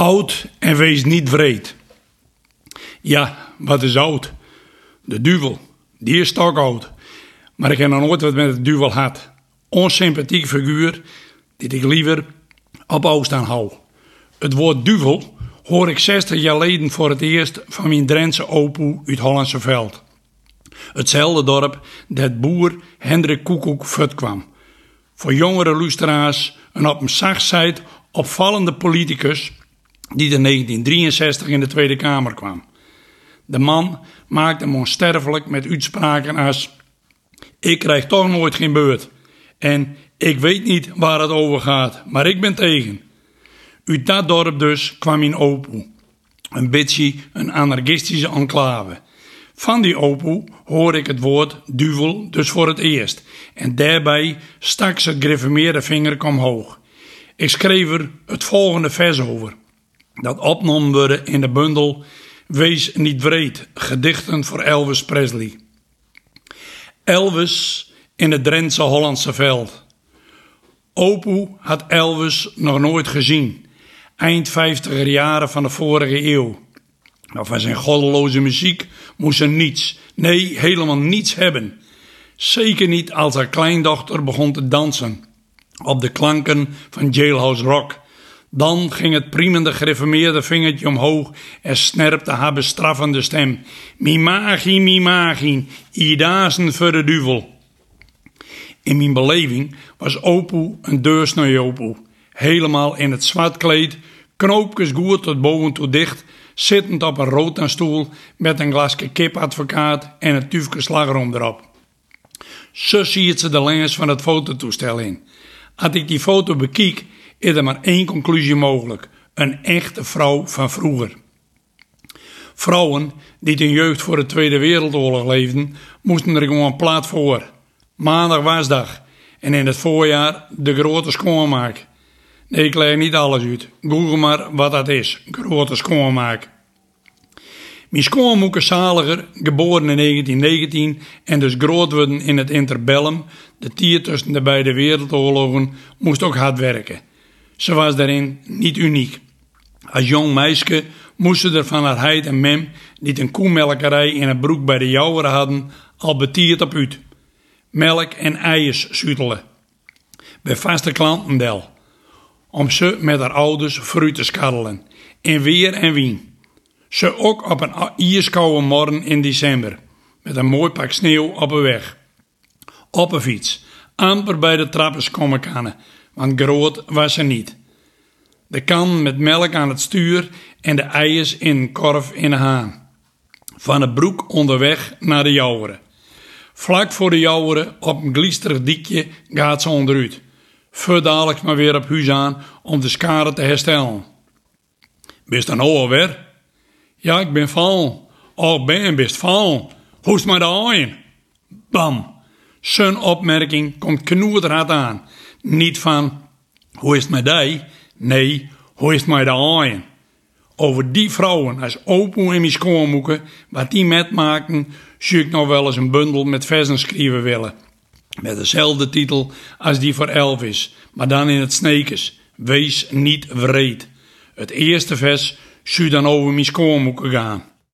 Oud en wees niet wreed. Ja, wat is oud? De duivel, die is toch oud. Maar ik heb nog nooit wat met de duivel gehad. Onsympathiek figuur, die ik liever op afstand hou. Het woord duivel hoor ik 60 jaar geleden voor het eerst van mijn Drentse opoe uit Hollandse Veld. Hetzelfde dorp dat boer Hendrik Koekoek voort kwam. Voor jongere luisteraars een op een zachtzijd opvallende politicus die in 1963 in de Tweede Kamer kwam. De man maakte hem onsterfelijk met uitspraken als: ik krijg toch nooit geen beurt. En ik weet niet waar het over gaat, maar ik ben tegen. Uit dat dorp dus kwam mijn opoe. Een beetje een anarchistische enclave. Van die opoe hoor ik het woord duivel dus voor het eerst. En daarbij stak ze het gereformeerde vinger omhoog. Ik schreef er het volgende vers over. Dat opgenomen wordt in de bundel Wees niet wreed, gedichten voor Elvis Presley. Elvis in het Drentse Hollandse Veld. Opoe had Elvis nog nooit gezien. Eind 50er jaren van de vorige eeuw. Maar van zijn goddeloze muziek moest ze niets, nee, helemaal niets hebben. Zeker niet als haar kleindochter begon te dansen op de klanken van Jailhouse Rock. Dan ging het priemende gereformeerde vingertje omhoog en snerpte haar bestraffende stem. Mi magin, idazen voor de duivel. In mijn beleving was opoe een deursnee-opoe. Helemaal in het zwart kleed, knoopjes goed tot boven toe dicht, zittend op een rotanstoel met een glasje kipadvocaat en een tufke slagroom erop. Zo ziet ze de lens van het fototoestel in. Als ik die foto bekiek, is er maar één conclusie mogelijk. Een echte vrouw van vroeger. Vrouwen die in jeugd voor de Tweede Wereldoorlog leefden, moesten er gewoon plaat voor. Maandag wasdag en in het voorjaar de grote schoonmaak. Nee, ik leg niet alles uit. Google maar wat dat is. Grote schoonmaak. Mijn schoonmoeder Zaliger, geboren in 1919 en dus groot worden in het interbellum, de tier tussen de beide wereldoorlogen, moest ook hard werken. Ze was daarin niet uniek. Als jong meisje moest ze er van haar heid en mem, die een koemelkerij in een broek bij de Jouweren hadden, al betierd op uit. Melk en eiers zutelen. Bij vaste klantendel. Om ze met haar ouders fruit te skarrelen. In weer en wien. Ze ook op een ijskoude morgen in december. Met een mooi pak sneeuw op een weg. Op een fiets. Amper bij de trappers komen kannen. Want groot was ze niet. De kan met melk aan het stuur en de eiers in een korf in de haan. Van de broek onderweg naar de Jouweren. Vlak voor de Jouweren op een glisterig diekje gaat ze onderuit. Verdadelijk maar weer op huis aan om de schade te herstellen. Bist dan alweer? Ja, ik ben val. Oh, ben best val. Hoe is maar de aaien? Bam. Zijn opmerking komt knoerderhard aan. Niet van, hoe is het met die? Nee, hoe is het met de aaien? Over die vrouwen als opoe en mijn schoonmoeken, wat die metmaken, zie ik nog wel eens een bundel met versen schrijven willen. Met dezelfde titel als die voor Elvis, maar dan in het Sneekers. Wees niet wreed. Het eerste vers zou dan over mijn schoonmoeken gaan.